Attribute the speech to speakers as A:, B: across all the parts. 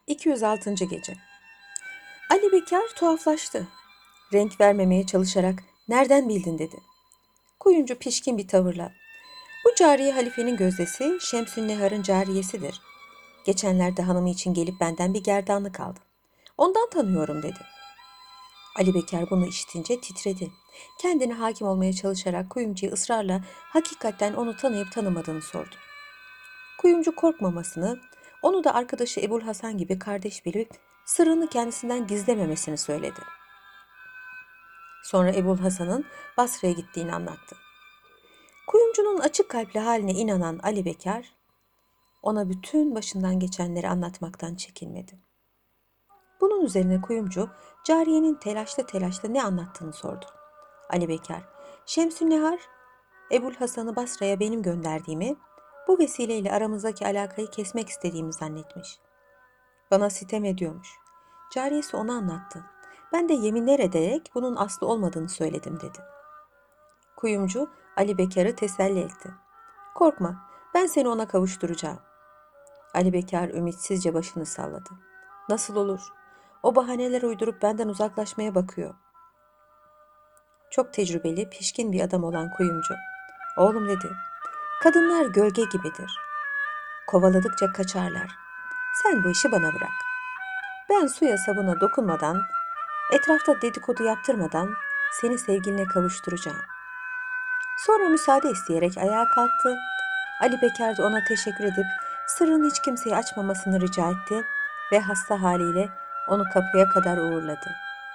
A: 206. Gece. Ali Bekar tuhaflaştı. Renk vermemeye çalışarak "Nereden bildin?" dedi. Kuyumcu pişkin bir tavırla "Bu cariye halifenin gözdesi, Şemsünnehar'ın cariyesidir. Geçenlerde hanımı için gelip benden bir gerdanlık aldı. Ondan tanıyorum." dedi. Ali Bekar bunu işitince titredi. Kendine hakim olmaya çalışarak kuyumcuya ısrarla hakikaten onu tanıyıp tanımadığını sordu. Kuyumcu korkmamasını, onu da arkadaşı Ebul Hasan gibi kardeş bilip sırrını kendisinden gizlememesini söyledi. Sonra Ebul Hasan'ın Basra'ya gittiğini anlattı. Kuyumcunun açık kalpli haline inanan Ali Bekar, ona bütün başından geçenleri anlatmaktan çekinmedi. Bunun üzerine kuyumcu, cariyenin telaşlı telaşlı ne anlattığını sordu. Ali Bekar, Şemsünnehar, Ebul Hasan'ı Basra'ya benim gönderdiğimi, bu vesileyle aramızdaki alakayı kesmek istediğimi zannetmiş. Bana sitem ediyormuş. Cariyesi ona anlattı. Ben de yeminler ederek bunun aslı olmadığını söyledim dedi. Kuyumcu Ali Bekar'ı teselli etti. Korkma, ben seni ona kavuşturacağım. Ali Bekar ümitsizce başını salladı. Nasıl olur? O bahaneler uydurup benden uzaklaşmaya bakıyor. Çok tecrübeli, pişkin bir adam olan kuyumcu. Oğlum dedi, kadınlar gölge gibidir. Kovaladıkça kaçarlar. Sen bu işi bana bırak. Ben suya sabuna dokunmadan, etrafta dedikodu yaptırmadan seni sevgiline kavuşturacağım. Sonra müsaade isteyerek ayağa kalktı. Ali Bekar da ona teşekkür edip sırrını hiç kimseye açmamasını rica etti ve hasta haliyle onu kapıya kadar uğurladı.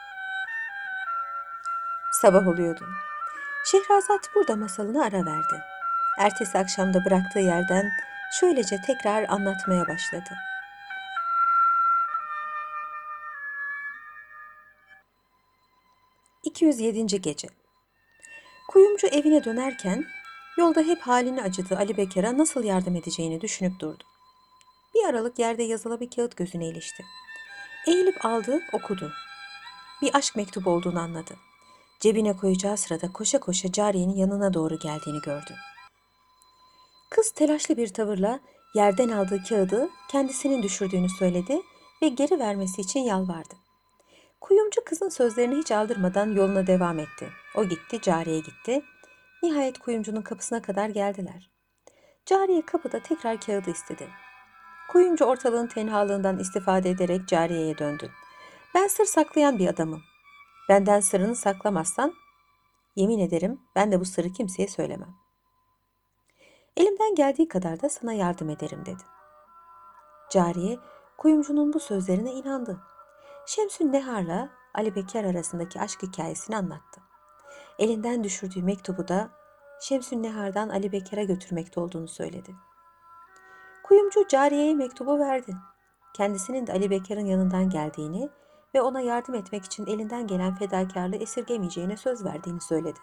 A: Sabah oluyordu. Şehrazat burada masalını ara verdi. Ertesi akşamda bıraktığı yerden şöylece tekrar anlatmaya başladı. 207. Gece. Kuyumcu evine dönerken yolda hep halini acıdığı Ali Bekar'a nasıl yardım edeceğini düşünüp durdu. Bir aralık yerde yazılı bir kağıt gözüne ilişti. Eğilip aldı, okudu. Bir aşk mektubu olduğunu anladı. Cebine koyacağı sırada koşa koşa cariyenin yanına doğru geldiğini gördü. Kız telaşlı bir tavırla yerden aldığı kağıdı kendisinin düşürdüğünü söyledi ve geri vermesi için yalvardı. Kuyumcu kızın sözlerini hiç aldırmadan yoluna devam etti. O gitti, cariye gitti. Nihayet kuyumcunun kapısına kadar geldiler. Cariye kapıda tekrar kağıdı istedi. Kuyumcu ortalığın tenhalığından istifade ederek cariyeye döndü. Ben sır saklayan bir adamım. Benden sırrını saklamazsan, yemin ederim ben de bu sırrı kimseye söylemem. Elimden geldiği kadar da sana yardım ederim dedi. Cariye, kuyumcunun bu sözlerine inandı. Şemsünnehar'la Ali Bekar arasındaki aşk hikayesini anlattı. Elinden düşürdüğü mektubu da Şemsünnehar'dan Ali Bekar'a götürmekte olduğunu söyledi. Kuyumcu cariyeye mektubu verdi. Kendisinin de Ali Bekar'ın yanından geldiğini ve ona yardım etmek için elinden gelen fedakarlığı esirgemeyeceğine söz verdiğini söyledi.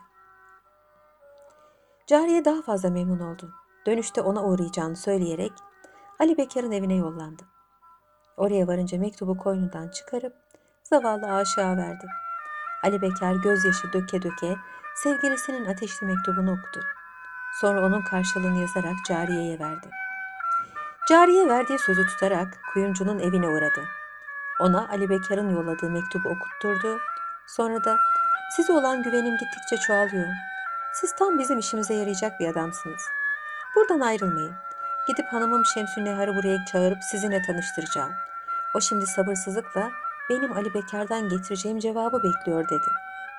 A: Cariye daha fazla memnun oldu. Dönüşte ona uğrayacağını söyleyerek Ali Bekar'ın evine yollandı. Oraya varınca mektubu koynundan çıkarıp zavallı aşığa verdi. Ali Bekar gözyaşı döke döke sevgilisinin ateşli mektubunu okudu. Sonra onun karşılığını yazarak cariyeye verdi. Cariye verdiği sözü tutarak kuyumcunun evine uğradı. Ona Ali Bekar'ın yolladığı mektubu okutturdu. Sonra da size olan güvenim gittikçe çoğalıyor. Siz tam bizim işimize yarayacak bir adamsınız. Buradan ayrılmayın. Gidip hanımım Şemsünnehar'ı buraya çağırıp sizinle tanıştıracağım. O şimdi sabırsızlıkla benim Ali Bekar'dan getireceğim cevabı bekliyor dedi.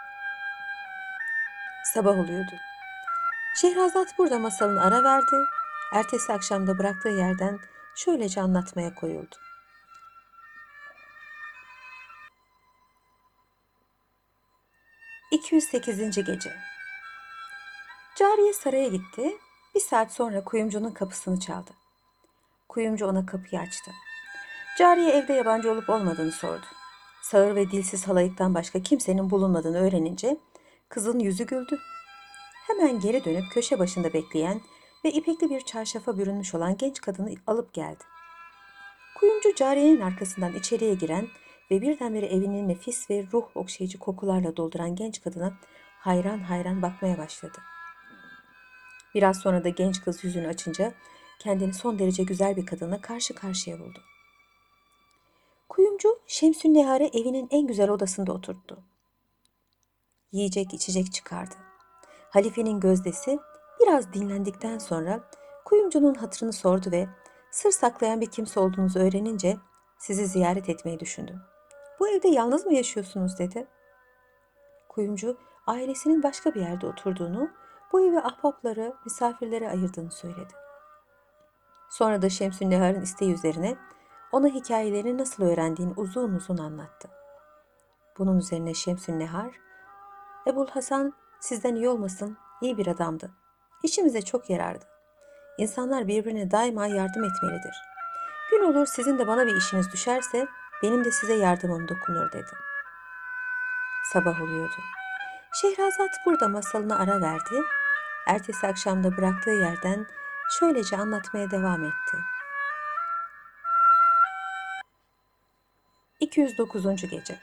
A: Sabah oluyordu. Şehrazat burada masalını ara verdi. Ertesi akşamda bıraktığı yerden şöylece anlatmaya koyuldu. 208. Gece. Cariye saraya gitti. Bir saat sonra kuyumcunun kapısını çaldı. Kuyumcu ona kapıyı açtı. Cariye evde yabancı olup olmadığını sordu. Sağır ve dilsiz halayıktan başka kimsenin bulunmadığını öğrenince kızın yüzü güldü. Hemen geri dönüp köşe başında bekleyen ve ipekli bir çarşafa bürünmüş olan genç kadını alıp geldi. Kuyumcu cariyenin arkasından içeriye giren ve birdenbire evini nefis ve ruh okşayıcı kokularla dolduran genç kadına hayran hayran bakmaya başladı. Biraz sonra da genç kız yüzünü açınca kendini son derece güzel bir kadınla karşı karşıya buldu. Şemsünnehar'ı evinin en güzel odasında oturttu. Yiyecek içecek çıkardı. Halifenin gözdesi biraz dinlendikten sonra kuyumcunun hatırını sordu ve sır saklayan bir kimse olduğunuzu öğrenince sizi ziyaret etmeyi düşündüm. Bu evde yalnız mı yaşıyorsunuz dedi. Kuyumcu ailesinin başka bir yerde oturduğunu, bu evi ahbapları, misafirlere ayırdığını söyledi. Sonra da Şemsünnehar'ın isteği üzerine ona hikayelerini nasıl öğrendiğini uzun uzun anlattı. Bunun üzerine Şemsünnehar, Ebul Hasan sizden iyi olmasın, iyi bir adamdı. İşimize çok yarardı. İnsanlar birbirine daima yardım etmelidir. Gün olur sizin de bana bir işiniz düşerse benim de size yardımım dokunur dedi. Sabah oluyordu. Şehrazat burada masalına ara verdi. Ertesi akşamda bıraktığı yerden şöylece anlatmaya devam etti. 209. Gece.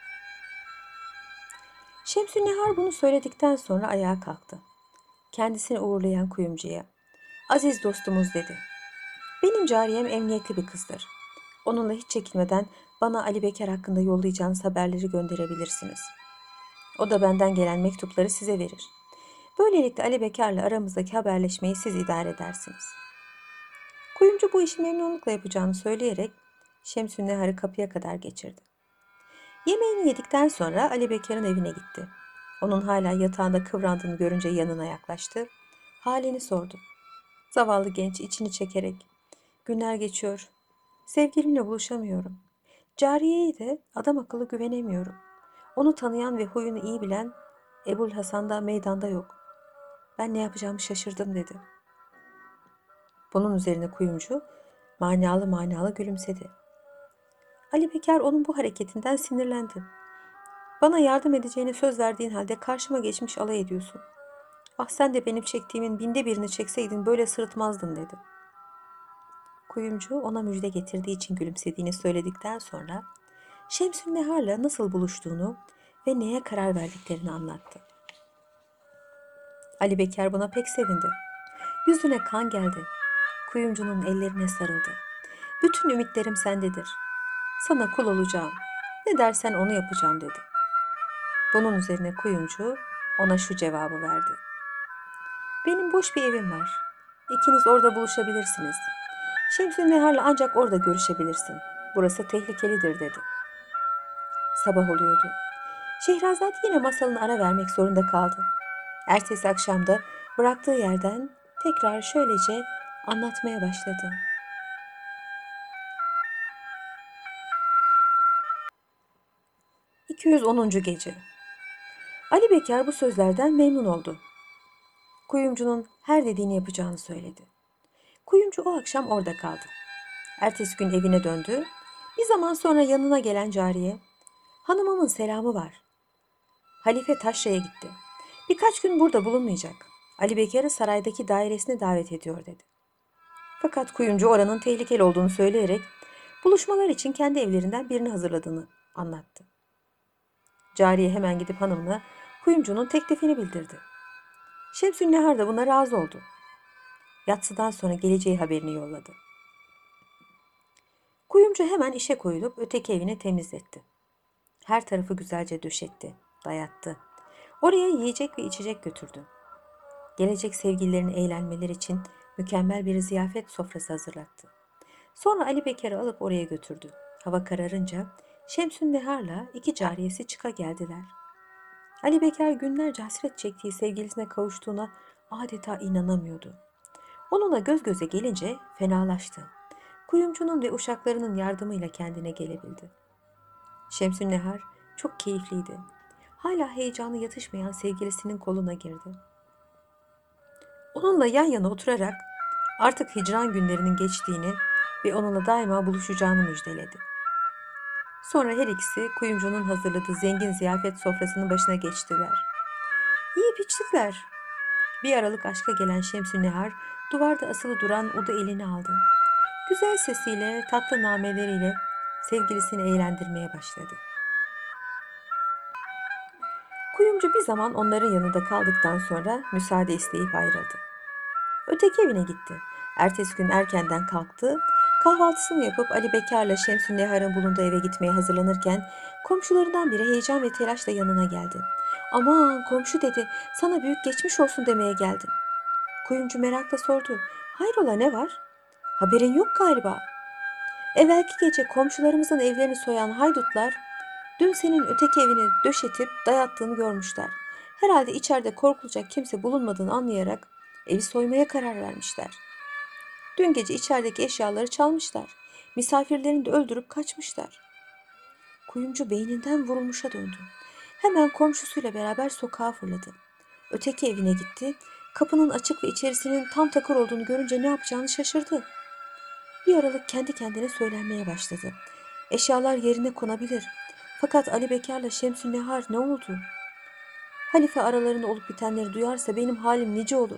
A: Şemsünnehar bunu söyledikten sonra ayağa kalktı. Kendisini uğurlayan kuyumcuya, "Aziz dostumuz" dedi. "Benim cariyem emniyetli bir kızdır. Onunla hiç çekinmeden bana Ali Bekir hakkında yollayacağınız haberleri gönderebilirsiniz. O da benden gelen mektupları size verir. Böylelikle Ali Bekar'la aramızdaki haberleşmeyi siz idare edersiniz." Kuyumcu bu işi memnunlukla yapacağını söyleyerek Şemsünnehar'ı kapıya kadar geçirdi. Yemeğini yedikten sonra Ali Bekar'ın evine gitti. Onun hala yatağında kıvrandığını görünce yanına yaklaştı. Halini sordu. Zavallı genç içini çekerek, "Günler geçiyor. Sevgilimle buluşamıyorum. Cariye'ye de adam akıllı güvenemiyorum. Onu tanıyan ve huyunu iyi bilen Ebul Hasan da meydanda yok. Ben ne yapacağımı şaşırdım" dedi. Bunun üzerine kuyumcu manalı manalı gülümsedi. Ali Bekar onun bu hareketinden sinirlendi. "Bana yardım edeceğine söz verdiğin halde karşıma geçmiş alay ediyorsun. Ah, sen de benim çektiğimin binde birini çekseydin böyle sırıtmazdın" dedi. Kuyumcu ona müjde getirdiği için gülümsediğini söyledikten sonra Şemsünnehar'la nasıl buluştuğunu ve neye karar verdiklerini anlattı. Ali Bekar buna pek sevindi. Yüzüne kan geldi. Kuyumcunun ellerine sarıldı. "Bütün ümitlerim sendedir. Sana kul olacağım. Ne dersen onu yapacağım" dedi. Bunun üzerine kuyumcu ona şu cevabı verdi. "Benim boş bir evim var. İkiniz orada buluşabilirsiniz. Şemsünnehar'la ancak orada görüşebilirsin. Burası tehlikelidir" dedi. Sabah oluyordu. Şehrazat yine masalına ara vermek zorunda kaldı. Ertesi akşamda bıraktığı yerden tekrar şöylece anlatmaya başladı. 210. Gece. Ali Bekar bu sözlerden memnun oldu. Kuyumcunun her dediğini yapacağını söyledi. Kuyumcu o akşam orada kaldı. Ertesi gün evine döndü. Bir zaman sonra yanına gelen cariye, "Hanımımın selamı var. Halife Taşra'ya gitti. Birkaç gün burada bulunmayacak. Ali Bekar'ı saraydaki dairesine davet ediyor" dedi. Fakat kuyumcu oranın tehlikeli olduğunu söyleyerek buluşmalar için kendi evlerinden birini hazırladığını anlattı. Cariye hemen gidip hanımına kuyumcunun teklifini bildirdi. Şemsünnehar da buna razı oldu. Yatsıdan sonra geleceği haberini yolladı. Kuyumcu hemen işe koyulup öteki evini temizletti. Her tarafı güzelce döşetti, dayattı. Oraya yiyecek ve içecek götürdü. Gelecek sevgililerin eğlenmeleri için mükemmel bir ziyafet sofrası hazırlattı. Sonra Ali Bekar'ı alıp oraya götürdü. Hava kararınca Şemsünnehar'la iki cariyesi çıka geldiler. Ali Bekar günlerce hasret çektiği sevgilisine kavuştuğuna adeta inanamıyordu. Onunla göz göze gelince fenalaştı. Kuyumcunun ve uşaklarının yardımıyla kendine gelebildi. Şemsünnehar çok keyifliydi. Hala heyecanı yatışmayan sevgilisinin koluna girdi. Onunla yan yana oturarak artık hicran günlerinin geçtiğini ve onunla daima buluşacağını müjdeledi. Sonra her ikisi kuyumcunun hazırladığı zengin ziyafet sofrasının başına geçtiler. Yiyip içtiler. Bir aralık aşka gelen Şemsünnehar duvarda asılı duran udu eline aldı. Güzel sesiyle, tatlı nameleriyle sevgilisini eğlendirmeye başladı. Kuyumcu bir zaman onların yanında kaldıktan sonra müsaade isteyip ayrıldı. Öteki evine gitti. Ertesi gün erkenden kalktı. Kahvaltısını yapıp Ali Bekar'la Şemsün Nehar'ın bulunduğu eve gitmeye hazırlanırken komşularından biri heyecan ve telaşla yanına geldi. "Aman komşu," dedi, "sana büyük geçmiş olsun demeye geldim." Kuyumcu merakla sordu. "Hayrola, ne var?" "Haberin yok galiba. Evvelki gece komşularımızın evlerini soyan haydutlar dün senin öteki evini döşetip dayattığını görmüşler. Herhalde içeride korkulacak kimse bulunmadığını anlayarak evi soymaya karar vermişler. Dün gece içerideki eşyaları çalmışlar. Misafirlerini de öldürüp kaçmışlar." Kuyumcu beyninden vurulmuşa döndü. Hemen komşusuyla beraber sokağa fırladı. Öteki evine gitti. Kapının açık ve içerisinin tam takır olduğunu görünce ne yapacağını şaşırdı. Bir aralık kendi kendine söylenmeye başladı. Eşyalar yerine konabilir. Fakat Ali Bekar'la Şemsün Nehar ne oldu? Halife aralarında olup bitenleri duyarsa benim halim nice olur.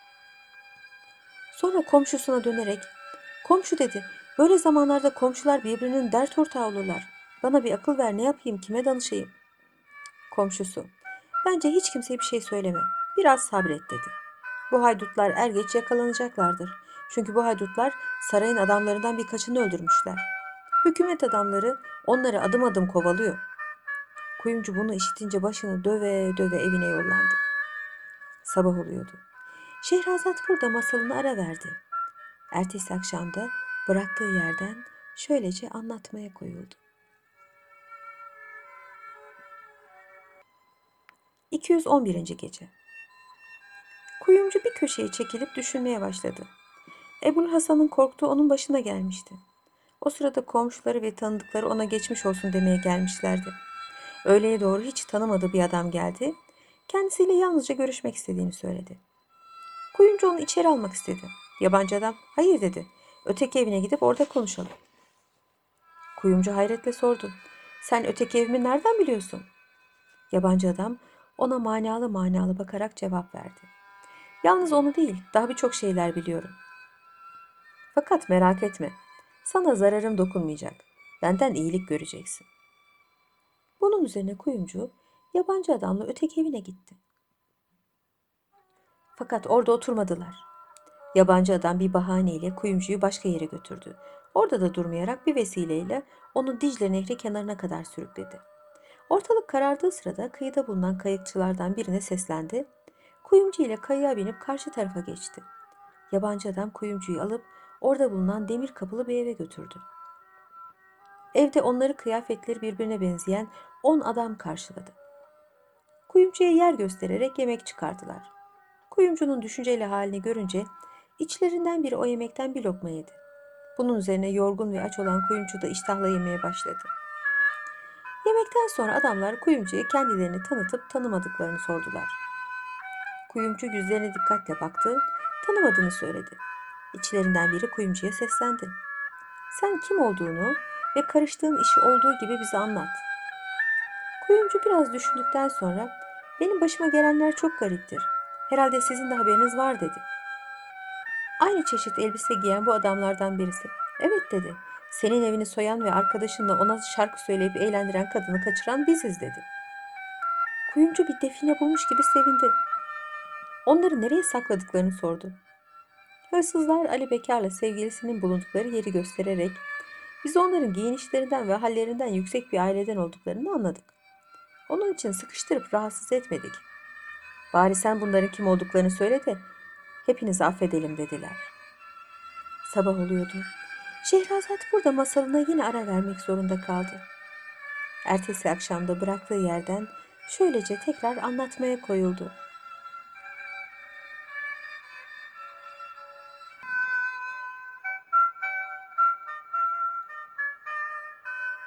A: Sonra komşusuna dönerek, "Komşu," dedi, "böyle zamanlarda komşular birbirinin dert ortağı olurlar. Bana bir akıl ver, ne yapayım, kime danışayım?" Komşusu, "Bence hiç kimseye bir şey söyleme. Biraz sabret," dedi. "Bu haydutlar er geç yakalanacaklardır. Çünkü bu haydutlar sarayın adamlarından birkaçını öldürmüşler. Hükümet adamları onları adım adım kovalıyor." Kuyumcu bunu işitince başını döve döve evine yollandı. Sabah oluyordu. Şehrazat burada masalına ara verdi. Ertesi akşamda bıraktığı yerden şöylece anlatmaya koyuldu. 211. Gece. Kuyumcu bir köşeye çekilip düşünmeye başladı. Ebu'l-Hasan'ın korktuğu onun başına gelmişti. O sırada komşuları ve tanıdıkları ona geçmiş olsun demeye gelmişlerdi. Öğleye doğru hiç tanımadığı bir adam geldi. Kendisiyle yalnızca görüşmek istediğini söyledi. Kuyumcu onu içeri almak istedi. Yabancı adam, "Hayır," dedi. "Öteki evine gidip orada konuşalım." Kuyumcu hayretle sordu. "Sen öteki evimi nereden biliyorsun?" Yabancı adam ona manalı manalı bakarak cevap verdi. "Yalnız onu değil, daha birçok şeyler biliyorum. Fakat merak etme, sana zararım dokunmayacak. Benden iyilik göreceksin." Bunun üzerine kuyumcu yabancı adamla öteki evine gitti. Fakat orada oturmadılar. Yabancı adam bir bahaneyle kuyumcuyu başka yere götürdü. Orada da durmayarak bir vesileyle onu Dicle Nehri kenarına kadar sürükledi. Ortalık karardığı sırada kıyıda bulunan kayıkçılardan birine seslendi. Kuyumcu ile kayığa binip karşı tarafa geçti. Yabancı adam kuyumcuyu alıp orada bulunan demir kapılı bir eve götürdü. Evde onları kıyafetleri birbirine benzeyen 10 adam karşıladı. Kuyumcuya yer göstererek yemek çıkardılar. Kuyumcunun düşünceli halini görünce içlerinden biri o yemekten bir lokma yedi. Bunun üzerine yorgun ve aç olan kuyumcu da iştahla yemeye başladı. Yemekten sonra adamlar kuyumcuya kendilerini tanıtıp tanımadıklarını sordular. Kuyumcu yüzlerine dikkatle baktı, tanımadığını söyledi. İçlerinden biri kuyumcuya seslendi. "Sen kim olduğunu ve karıştığın işi olduğu gibi bize anlat." Kuyumcu biraz düşündükten sonra, "Benim başıma gelenler çok gariptir. Herhalde sizin de haberiniz var," dedi. Aynı çeşit elbise giyen bu adamlardan birisi, "Evet," dedi. "Senin evini soyan ve arkadaşınla ona şarkı söyleyip eğlendiren kadını kaçıran biziz," dedi. Kuyumcu bir define bulmuş gibi sevindi. Onları nereye sakladıklarını sordu. Hırsızlar Ali Bekar'la sevgilisinin bulundukları yeri göstererek, "Biz onların giyinişlerinden ve hallerinden yüksek bir aileden olduklarını anladık. Onun için sıkıştırıp rahatsız etmedik. Bari sen bunların kim olduklarını söyle de hepinizi affedelim," dediler. Sabah oluyordu. Şehrazat burada masalına yine ara vermek zorunda kaldı. Ertesi akşamda bıraktığı yerden şöylece tekrar anlatmaya koyuldu.